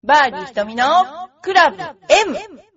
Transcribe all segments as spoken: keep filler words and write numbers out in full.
バーディー瞳のクラブ M。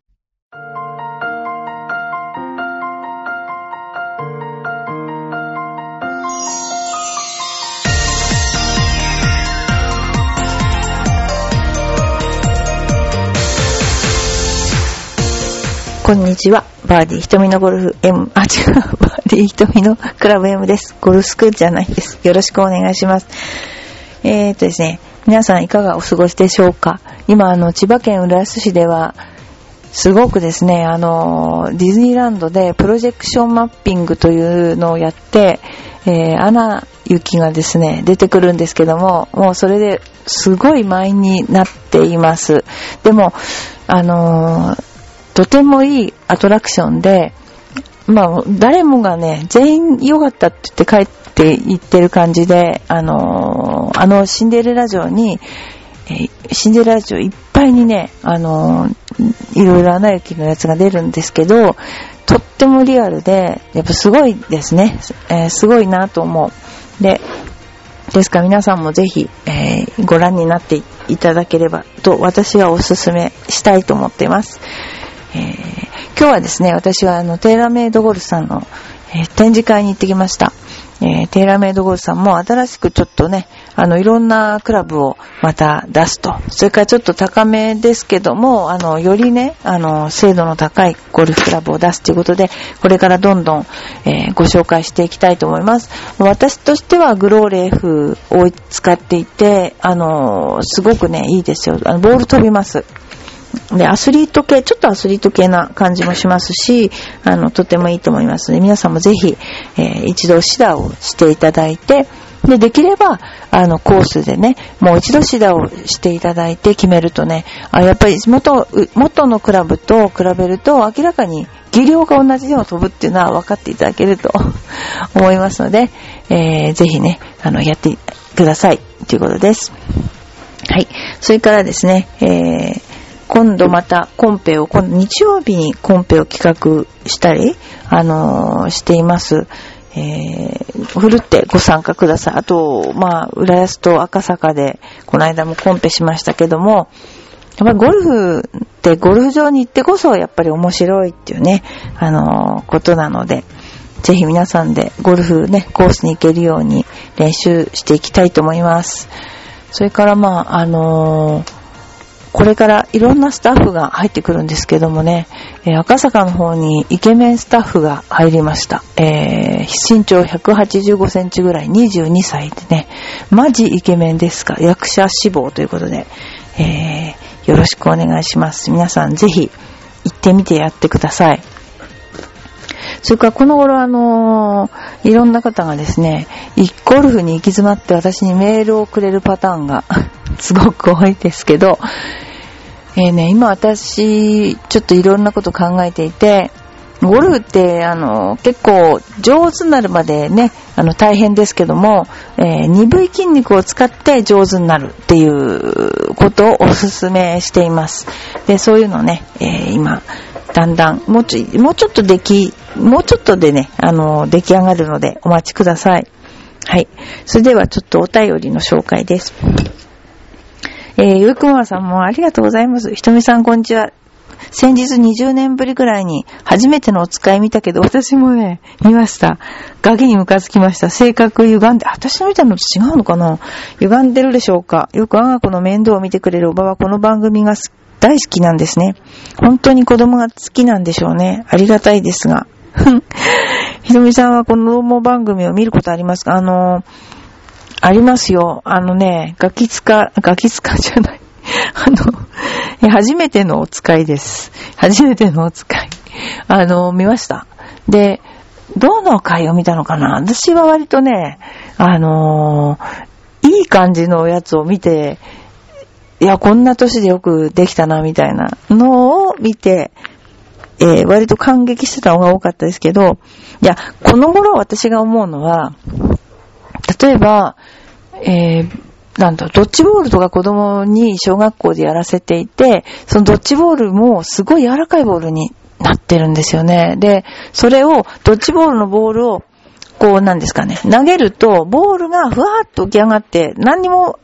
こんにちは。バーディー瞳のゴルフ M、あ、違う、バーディー瞳のクラブ M です。ゴルフスクールじゃないです。よろしくお願いします。えーっとですね、皆さんいかがお過ごしでしょうか。今、あの、千葉県浦安市では、すごくですね、あの、ディズニーランドでプロジェクションマッピングというのをやって、えー、アナ雪がですね、出てくるんですけども、もうそれですごい満員になっています。でも、あのー、とてもいいアトラクションで、まあ、誰もがね、全員良かったって言って帰って行ってる感じで、あのー、あのシンデレラ城に、えー、シンデレラ城いっぱいにね、あのー、いろいろアナ雪のやつが出るんですけど、とってもリアルで、やっぱすごいですね、えー、すごいなと思う。で、ですから皆さんもぜひ、えー、ご覧になっていただければと私はお勧めしたいと思っています。えー、今日はですね、私はあのテーラーメイドゴルフさんの、えー、展示会に行ってきました。えー、テーラーメイドゴルフさんも新しくちょっとね、あのいろんなクラブをまた出すと、それからちょっと高めですけども、あのよりね、あの精度の高いゴルフクラブを出すということで、これからどんどん、えー、ご紹介していきたいと思います。私としてはグローレ F を使っていて、あのすごくねいいですよ。あのボール飛びます。で、アスリート系、ちょっとアスリート系な感じもしますし、あの、とてもいいと思いますので、皆さんもぜひ、えー、一度指導をしていただいて、で、できれば、あの、コースでね、もう一度指導をしていただいて決めるとね、あ、やっぱり元、元のクラブと比べると、明らかに技量が同じでも飛ぶっていうのは分かっていただけると思いますので、えー、ぜひね、あの、やってください、ということです。はい。それからですね、えー、今度またコンペを、今度日曜日にコンペを企画したり、あのー、しています。えー、ふるってご参加ください。あと、まあ、浦安と赤坂で、この間もコンペしましたけども、やっぱりゴルフってゴルフ場に行ってこそやっぱり面白いっていうね、あのー、ことなので、ぜひ皆さんでゴルフね、コースに行けるように練習していきたいと思います。それからまあ、あのー、これからいろんなスタッフが入ってくるんですけどもね、えー、赤坂の方にイケメンスタッフが入りました。えー、身長ひゃくはちじゅうごセンチぐらい、にじゅうにさいでね、マジイケメンですか、役者志望ということで、えー、よろしくお願いします。皆さんぜひ行ってみてやってください。それからこの頃あのー、いろんな方がですね、ゴルフに行き詰まって私にメールをくれるパターンがすごく多いですけど、えーね、今私ちょっといろんなこと考えていて、ゴルフってあの結構上手になるまでね、あの大変ですけども、えー、鈍い筋肉を使って上手になるっていうことをお勧めしています。で、そういうのね、えー、今だんだんもうちょもうちょっとできもうちょっとでね、あの出来上がるのでお待ちください。はい。それではちょっとお便りの紹介です。えー、ゆうくまさんもありがとうございます。ひとみさんこんにちは。先日にじゅうねんぶりぐらいに初めてのお使い見たけど、私もね、見ました。崖にムカつきました。性格歪んで、私の見たのと違うのかな？歪んでるでしょうか？よく我が子の面倒を見てくれるおばはこの番組が大好きなんですね。本当に子供が好きなんでしょうね。ありがたいですが。ひとみさんはこの子供番組を見ることありますか？あのー、ありますよ。あのね、ガキツカ、ガキツカじゃない。あの、初めてのお使いです。初めてのお使い。あの、見ました。で、どの回を見たのかな？私は割とね、あのー、いい感じのやつを見て、いや、こんな年でよくできたな、みたいなのを見て、えー、割と感激してたのが多かったですけど、いや、この頃私が思うのは、例えば、えー、なんだ、ドッジボールとか子供に小学校でやらせていて、そのドッジボールもすごい柔らかいボールになってるんですよね。で、それを、ドッジボールのボールを、こうなんですかね、投げると、ボールがふわーっと起き上がって、何にも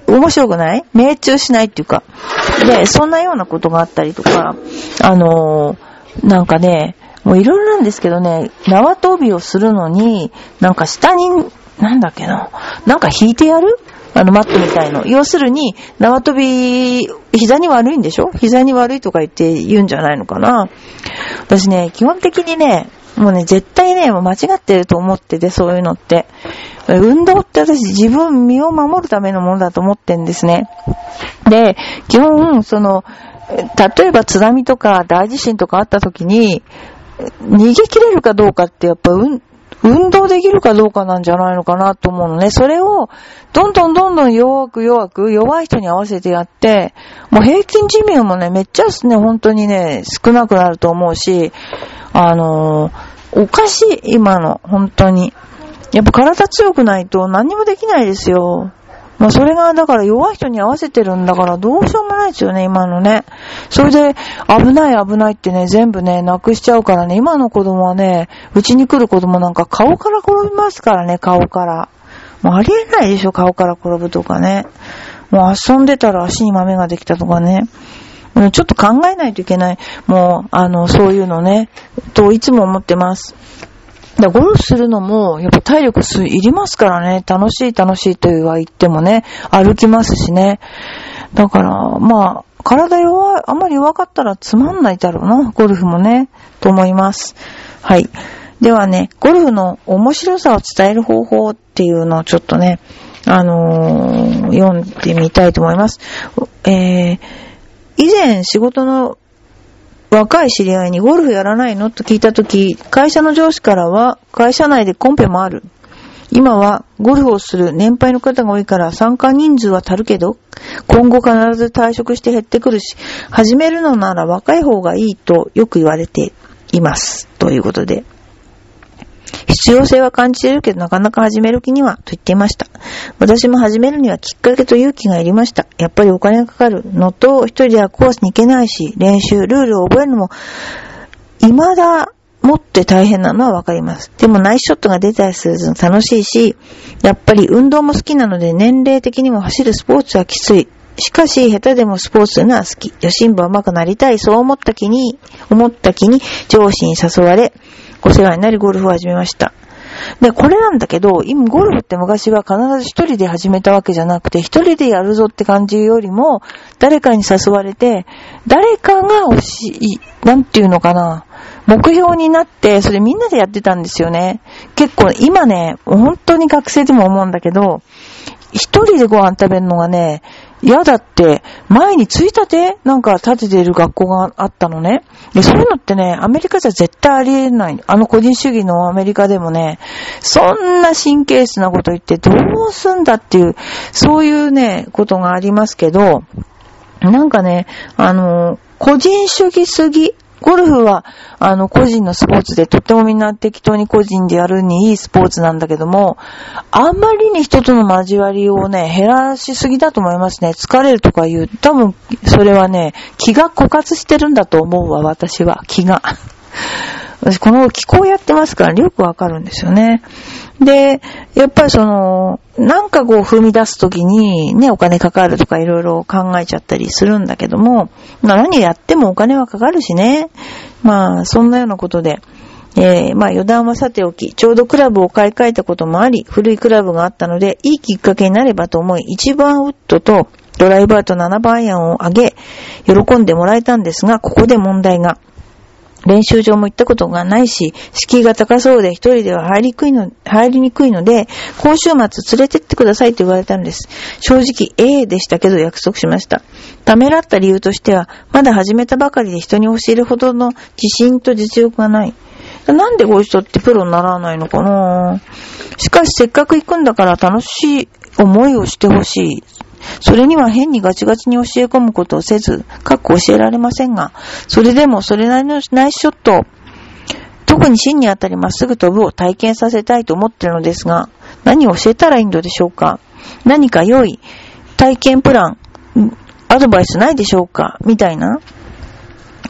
面白くない？命中しないっていうか。で、そんなようなことがあったりとか、あのー、なんかね、もういろいろなんですけどね、縄跳びをするのに、なんか下に、なんだっけな、なんか引いてやる？あのマットみたいの。要するに、縄跳び、膝に悪いんでしょ？膝に悪いとか言って言うんじゃないのかな。私ね、基本的にね、もうね、絶対ね、もう間違ってると思ってて、そういうのって。運動って私自分身を守るためのものだと思ってんですね。で、基本、その、例えば津波とか大地震とかあった時に、逃げ切れるかどうかってやっぱ運、運動できるかどうかなんじゃないのかなと思うのね。それを、どんどんどんどん弱く弱く、弱い人に合わせてやって、もう平均寿命もね、めっちゃね、本当にね、少なくなると思うし、あのー、おかしい、今の、本当に。やっぱ体強くないと何にもできないですよ。まあそれがだから弱い人に合わせてるんだからどうしようもないですよね、今のね。それで危ない危ないってね、全部ね、なくしちゃうからね、今の子供はね、うちに来る子供なんか顔から転びますからね、顔から。もうありえないでしょ、顔から転ぶとかね。もう遊んでたら足に豆ができたとかね。ちょっと考えないといけない。もう、あの、そういうのね、といつも思ってます。だゴルフするのも、やっぱ体力いりますからね。楽しい楽しいとは言ってもね、歩きますしね。だから、まあ、体弱い、あんまり弱かったらつまんないだろうな、ゴルフもね、と思います。はい。ではね、ゴルフの面白さを伝える方法っていうのをちょっとね、あのー、読んでみたいと思います。えー、以前仕事の若い知り合いにゴルフやらないのと聞いたとき、会社の上司からは会社内でコンペもある。今はゴルフをする年配の方が多いから参加人数は足るけど、今後必ず退職して減ってくるし、始めるのなら若い方がいいとよく言われています。ということで。必要性は感じているけどなかなか始める気にはと言っていました。私も始めるにはきっかけと勇気がいりました。やっぱりお金がかかるのと、一人ではコースに行けないし、練習、ルールを覚えるのも未だもって大変なのはわかります。でもナイスショットが出たりするの楽しいし、やっぱり運動も好きなので年齢的にも走るスポーツはきつい。しかし下手でもスポーツというのは好き。余震部は上手くなりたい。そう思った気に、思った気に上司に誘われ、お世話になりゴルフを始めました。で、これなんだけど、今ゴルフって昔は必ず一人で始めたわけじゃなくて、一人でやるぞって感じよりも、誰かに誘われて、誰かが欲しい、なんていうのかな、目標になって、それみんなでやってたんですよね。結構今ね、本当に学生でも思うんだけど、一人でご飯食べるのがね、嫌だって、前についたてなんか建てている学校があったのね。で、そういうのってね、アメリカじゃ絶対ありえない。あの個人主義のアメリカでもね、そんな神経質なこと言ってどうすんだっていう、そういうね、ことがありますけど、なんかね、あの、個人主義すぎ。ゴルフは、あの、個人のスポーツで、とってもみんな適当に個人でやるにいいスポーツなんだけども、あんまりに人との交わりをね、減らしすぎだと思いますね。疲れるとかいう、多分、それはね、気が枯渇してるんだと思うわ、私は。気が。私、この気候やってますから、よくわかるんですよね。で、やっぱりその、なんかこう踏み出すときにね、お金かかるとかいろいろ考えちゃったりするんだけども、まあ何やってもお金はかかるしね。まあそんなようなことで、えー、まあ余談はさておき、ちょうどクラブを買い替えたこともあり、古いクラブがあったので、いいきっかけになればと思い、いちばんウッドとドライバーとななばんアイアンを上げ、喜んでもらえたんですが、ここで問題が。練習場も行ったことがないし、敷居が高そうで一人では入りにくいの、入りにくいので、今週末連れてってくださいと言われたんです。正直 A でしたけど約束しました。ためらった理由としては、まだ始めたばかりで人に教えるほどの自信と実力がない。なんでこういう人ってプロにならないのかな。しかしせっかく行くんだから楽しい思いをしてほしい。それには変にガチガチに教え込むことをせず、かっこ教えられませんが、それでもそれなりのナイスショット、特に芯にあたりまっすぐ飛ぶを体験させたいと思っているのですが、何を教えたらいいのでしょうか。何か良い体験プラン、アドバイスないでしょうかみたいな。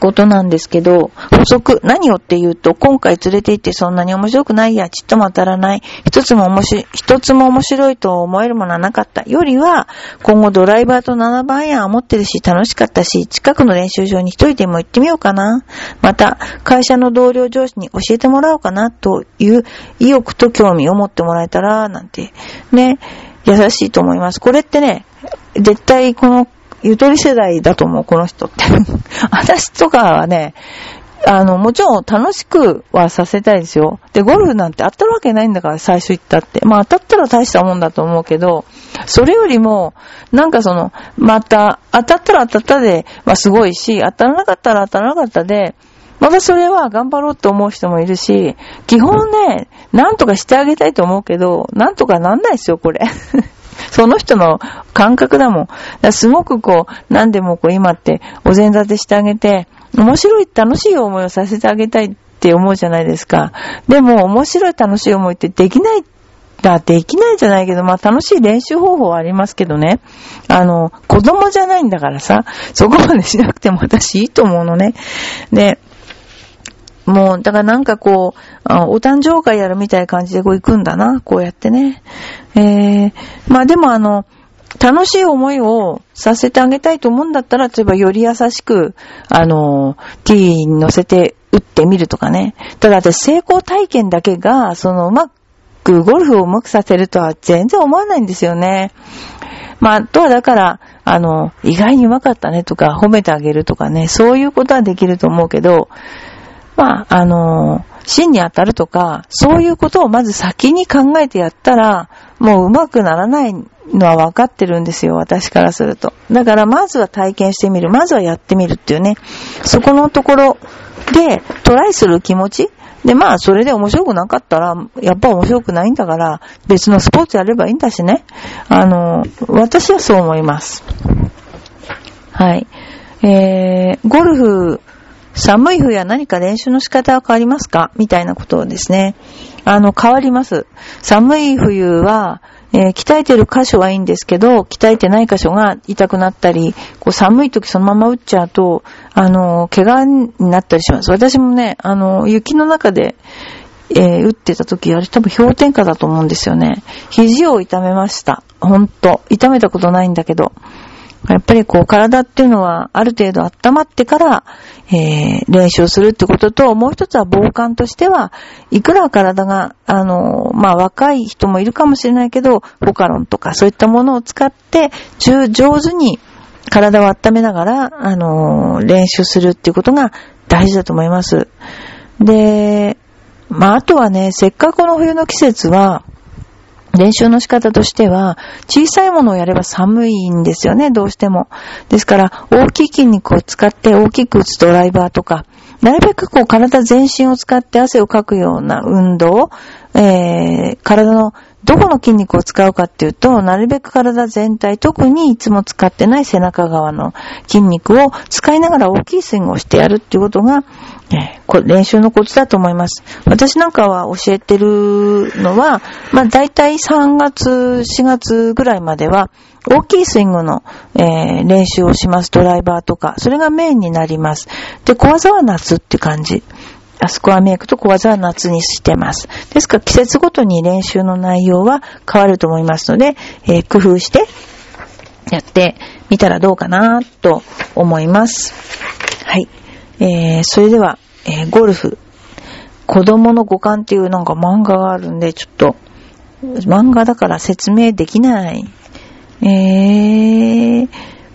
ことなんですけど、補足、何をっていうと、今回連れて行ってそんなに面白くないや、ちっとも当たらない、一つも面白い、一つも面白いと思えるものはなかったよりは、今後ドライバーとななばんアイアンは持ってるし、楽しかったし、近くの練習場に一人でも行ってみようかな。また、会社の同僚上司に教えてもらおうかな、という意欲と興味を持ってもらえたら、なんて、ね、優しいと思います。これってね、絶対この、ゆとり世代だと思う、この人って。私とかはね、あの、もちろん楽しくはさせたいですよ。で、ゴルフなんて当たるわけないんだから、最初行ったって。まあ当たったら大したもんだと思うけど、それよりも、なんかその、また、当たったら当たったで、まあすごいし、当たらなかったら当たらなかったで、またそれは頑張ろうって思う人もいるし、基本ね、なんとかしてあげたいと思うけど、なんとかなんないですよ、これ。その人の感覚だもん。だからすごくこう、何でもこう今ってお膳立てしてあげて、面白い楽しい思いをさせてあげたいって思うじゃないですか。でも面白い楽しい思いってできないだ、できないじゃないけど、まあ楽しい練習方法はありますけどね。あの、子供じゃないんだからさ、そこまでしなくても私いいと思うのね。で、もう、だからなんかこう、お誕生会やるみたいな感じでこう行くんだな、こうやってね。えー、まあでもあの、楽しい思いをさせてあげたいと思うんだったら、例えばより優しく、あの、ティーに乗せて打ってみるとかね。ただ私成功体験だけが、そのうまく、ゴルフをうまくさせるとは全然思わないんですよね。まあ、あとはだから、あの、意外にうまかったねとか、褒めてあげるとかね、そういうことはできると思うけど、まあ、あの、芯に当たるとか、そういうことをまず先に考えてやったら、もう上手くならないのは分かってるんですよ、私からすると。だからまずは体験してみる、まずはやってみるっていうね、そこのところでトライする気持ちで、まあそれで面白くなかったら、やっぱ面白くないんだから、別のスポーツやればいいんだしね。あの、私はそう思います。はい。えー、ゴルフ、寒い冬は何か練習の仕方は変わりますかみたいなことをですね。あの、変わります。寒い冬は、えー、鍛えてる箇所はいいんですけど、鍛えてない箇所が痛くなったり、こう寒い時そのまま打っちゃうと、あの、怪我になったりします。私もね、あの、雪の中で、えー、打ってた時、あれ多分氷点下だと思うんですよね。肘を痛めました。ほんと。痛めたことないんだけど。やっぱりこう体っていうのはある程度温まってから、えー、練習するってことと、もう一つは防寒としては、いくら体が、あの、まあ若い人もいるかもしれないけど、フォカロンとかそういったものを使って、上手に体を温めながら、あの、練習するっていうことが大事だと思います。で、まああとはね、せっかくこの冬の季節は、練習の仕方としては、小さいものをやれば寒いんですよね、どうしても。ですから、大きい筋肉を使って大きく打つドライバーとか、なるべくこう体全身を使って汗をかくような運動、えー、体のどこの筋肉を使うかっていうと、なるべく体全体、特にいつも使ってない背中側の筋肉を使いながら大きいスイングをしてやるっていうことが、えー、練習のコツだと思います。私なんかは教えてるのは、まあ大体さんがつ、しがつぐらいまでは大きいスイングの、えー、練習をします。ドライバーとか。それがメインになります。で、小技は夏って感じ。スコアメイクと小技は夏にしてます。ですから季節ごとに練習の内容は変わると思いますので、えー、工夫してやってみたらどうかなと思います。はい。えー、それでは、えー、ゴルフ、子供の五感っていうなんか漫画があるんで、ちょっと、漫画だから説明できない。えー、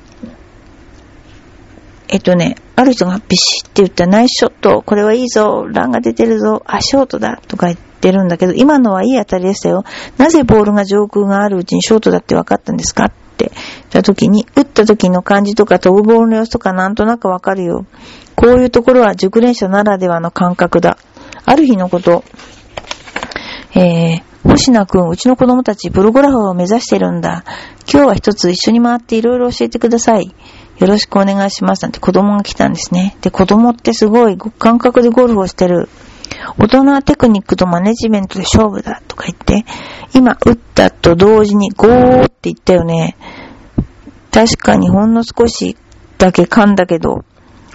えっとね、ある人がビシッって言ったナイスショット、これはいいぞ、ランが出てるぞ、あ、ショートだとか言ってるんだけど、今のはいい当たりでしたよ。なぜボールが上空があるうちにショートだって分かったんですかって言った時に、打った時の感じとか飛ぶボールの様子とかなんとなく分かるよ。こういうところは熟練者ならではの感覚だ。ある日のこと、えー、星名くん、うちの子供たちプロゴルファーを目指してるんだ。今日は一つ一緒に回っていろいろ教えてください。よろしくお願いします。なんて子供が来たんですね。で、子供ってすごい感覚でゴルフをしてる。大人はテクニックとマネジメントで勝負だとか言って、今打ったと同時にゴーって言ったよね。確かにほんの少しだけ噛んだけど、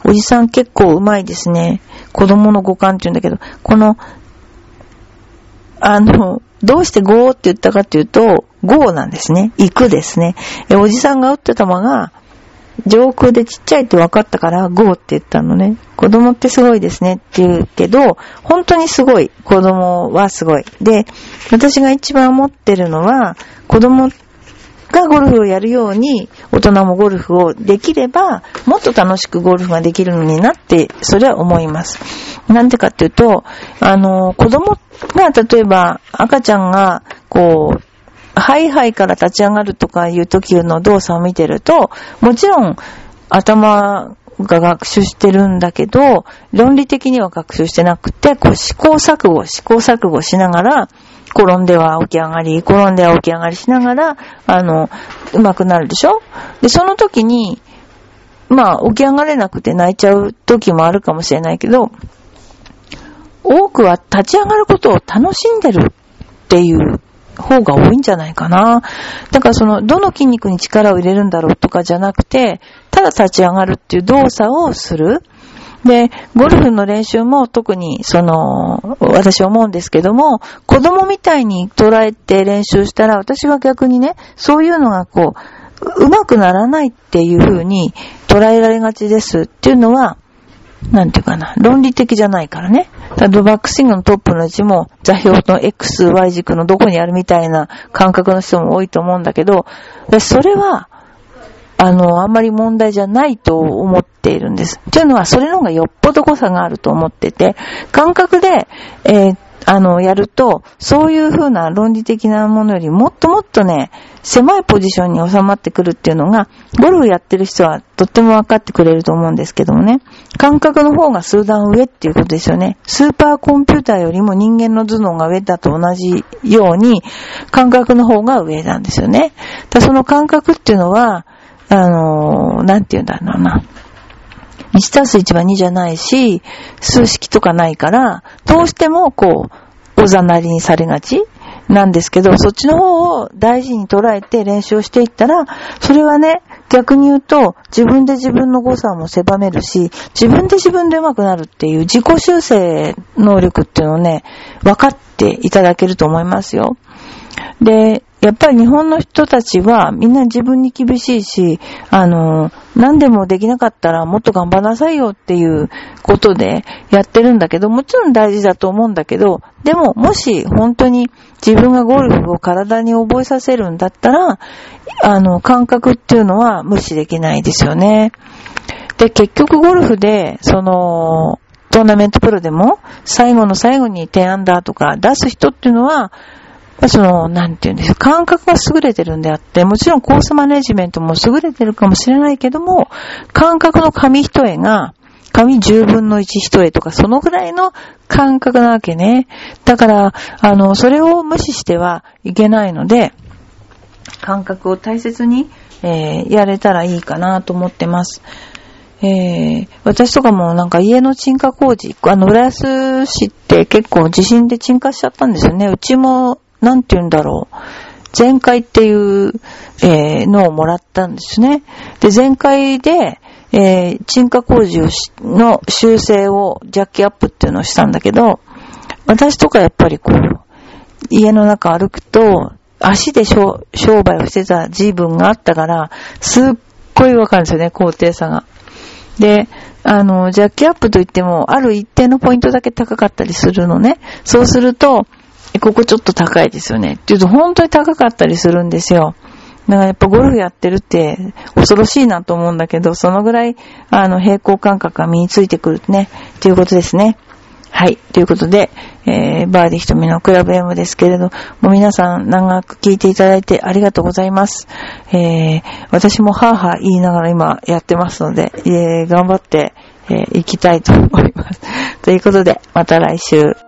おじさん結構うまいですね。子供の五感って言うんだけど、この、あの、どうしてゴーって言ったかっていうと、ゴーなんですね。行くですね。え、おじさんが打った球が、上空でちっちゃいって分かったから、ゴーって言ったのね。子供ってすごいですねって言うけど、本当にすごい。子供はすごい。で、私が一番思ってるのは、子供がゴルフをやるように、大人もゴルフをできれば、もっと楽しくゴルフができるのになって、それは思います。なんでかっていうと、あの、子供が、例えば、赤ちゃんが、こう、ハイハイから立ち上がるとかいう時の動作を見てると、もちろん頭が学習してるんだけど、論理的には学習してなくて、こう試行錯誤、試行錯誤しながら、転んでは起き上がり、転んでは起き上がりしながら、あの、上手くなるでしょ？で、その時に、まあ、起き上がれなくて泣いちゃう時もあるかもしれないけど、多くは立ち上がることを楽しんでるっていう方が多いんじゃないかな。だからその、どの筋肉に力を入れるんだろうとかじゃなくて、ただ立ち上がるっていう動作をする。で、ゴルフの練習も特に、その、私は思うんですけども、子供みたいに捉えて練習したら、私は逆にね、そういうのがこう、上手くならないっていう風に捉えられがちですっていうのは、なんていうかな、論理的じゃないからね。ただバックスイングのトップの位置も座標の エックス、ワイ 軸のどこにあるみたいな感覚の人も多いと思うんだけど、それは、あの、あんまり問題じゃないと思っているんです。というのは、それの方がよっぽど誤差があると思ってて、感覚で、えー、あの、やると、そういう風な論理的なものよりもっともっとね、狭いポジションに収まってくるっていうのが、ゴルフやってる人はとっても分かってくれると思うんですけどもね、感覚の方が数段上っていうことですよね。スーパーコンピューターよりも人間の頭脳が上だと同じように、感覚の方が上なんですよね。だその感覚っていうのは、あのー、なんて言うんだろうな。いちたすいちはにじゃないし、数式とかないから、どうしてもこう、おざなりにされがちなんですけど、そっちの方を大事に捉えて練習をしていったら、それはね、逆に言うと、自分で自分の誤差も狭めるし、自分で自分で上手くなるっていう自己修正能力っていうのをね、分かっていただけると思いますよ。で、やっぱり日本の人たちはみんな自分に厳しいし、あの、何でもできなかったらもっと頑張らなさいよっていうことでやってるんだけど、もちろん大事だと思うんだけど、でももし本当に自分がゴルフを体に覚えさせるんだったら、あの、感覚っていうのは無視できないですよね。で、結局ゴルフで、その、トーナメントプロでも最後の最後にじゅうアンダーとか出す人っていうのは、その、なんて言うんですか、感覚が優れてるんであって、もちろんコースマネジメントも優れてるかもしれないけども、感覚の紙一重が、紙十分の一一重とか、そのぐらいの感覚なわけね。だから、あの、それを無視してはいけないので、感覚を大切に、えー、やれたらいいかなと思ってます。えー、私とかもなんか家の沈下工事、あの、浦安市って結構地震で沈下しちゃったんですよね。うちも、なんて言うんだろう。全開っていう、えー、のをもらったんですね。で、全開で、えー、沈下工事をしの修正をジャッキアップっていうのをしたんだけど、私とかやっぱりこう、家の中歩くと、足で商売をしてた自分があったから、すっごいわかるんですよね、高低差が。で、あの、ジャッキアップといっても、ある一定のポイントだけ高かったりするのね。そうすると、ここちょっと高いですよね。っていうと本当に高かったりするんですよ。だからやっぱゴルフやってるって恐ろしいなと思うんだけど、そのぐらいあの平行感覚が身についてくるね。ということですね。はい。ということで、えー、バーディー瞳のクラブ M ですけれど、もう皆さん長く聞いていただいてありがとうございます。えー、私もハーハー言いながら今やってますので、えー、頑張って、えー、行きたいと思います。ということで、また来週。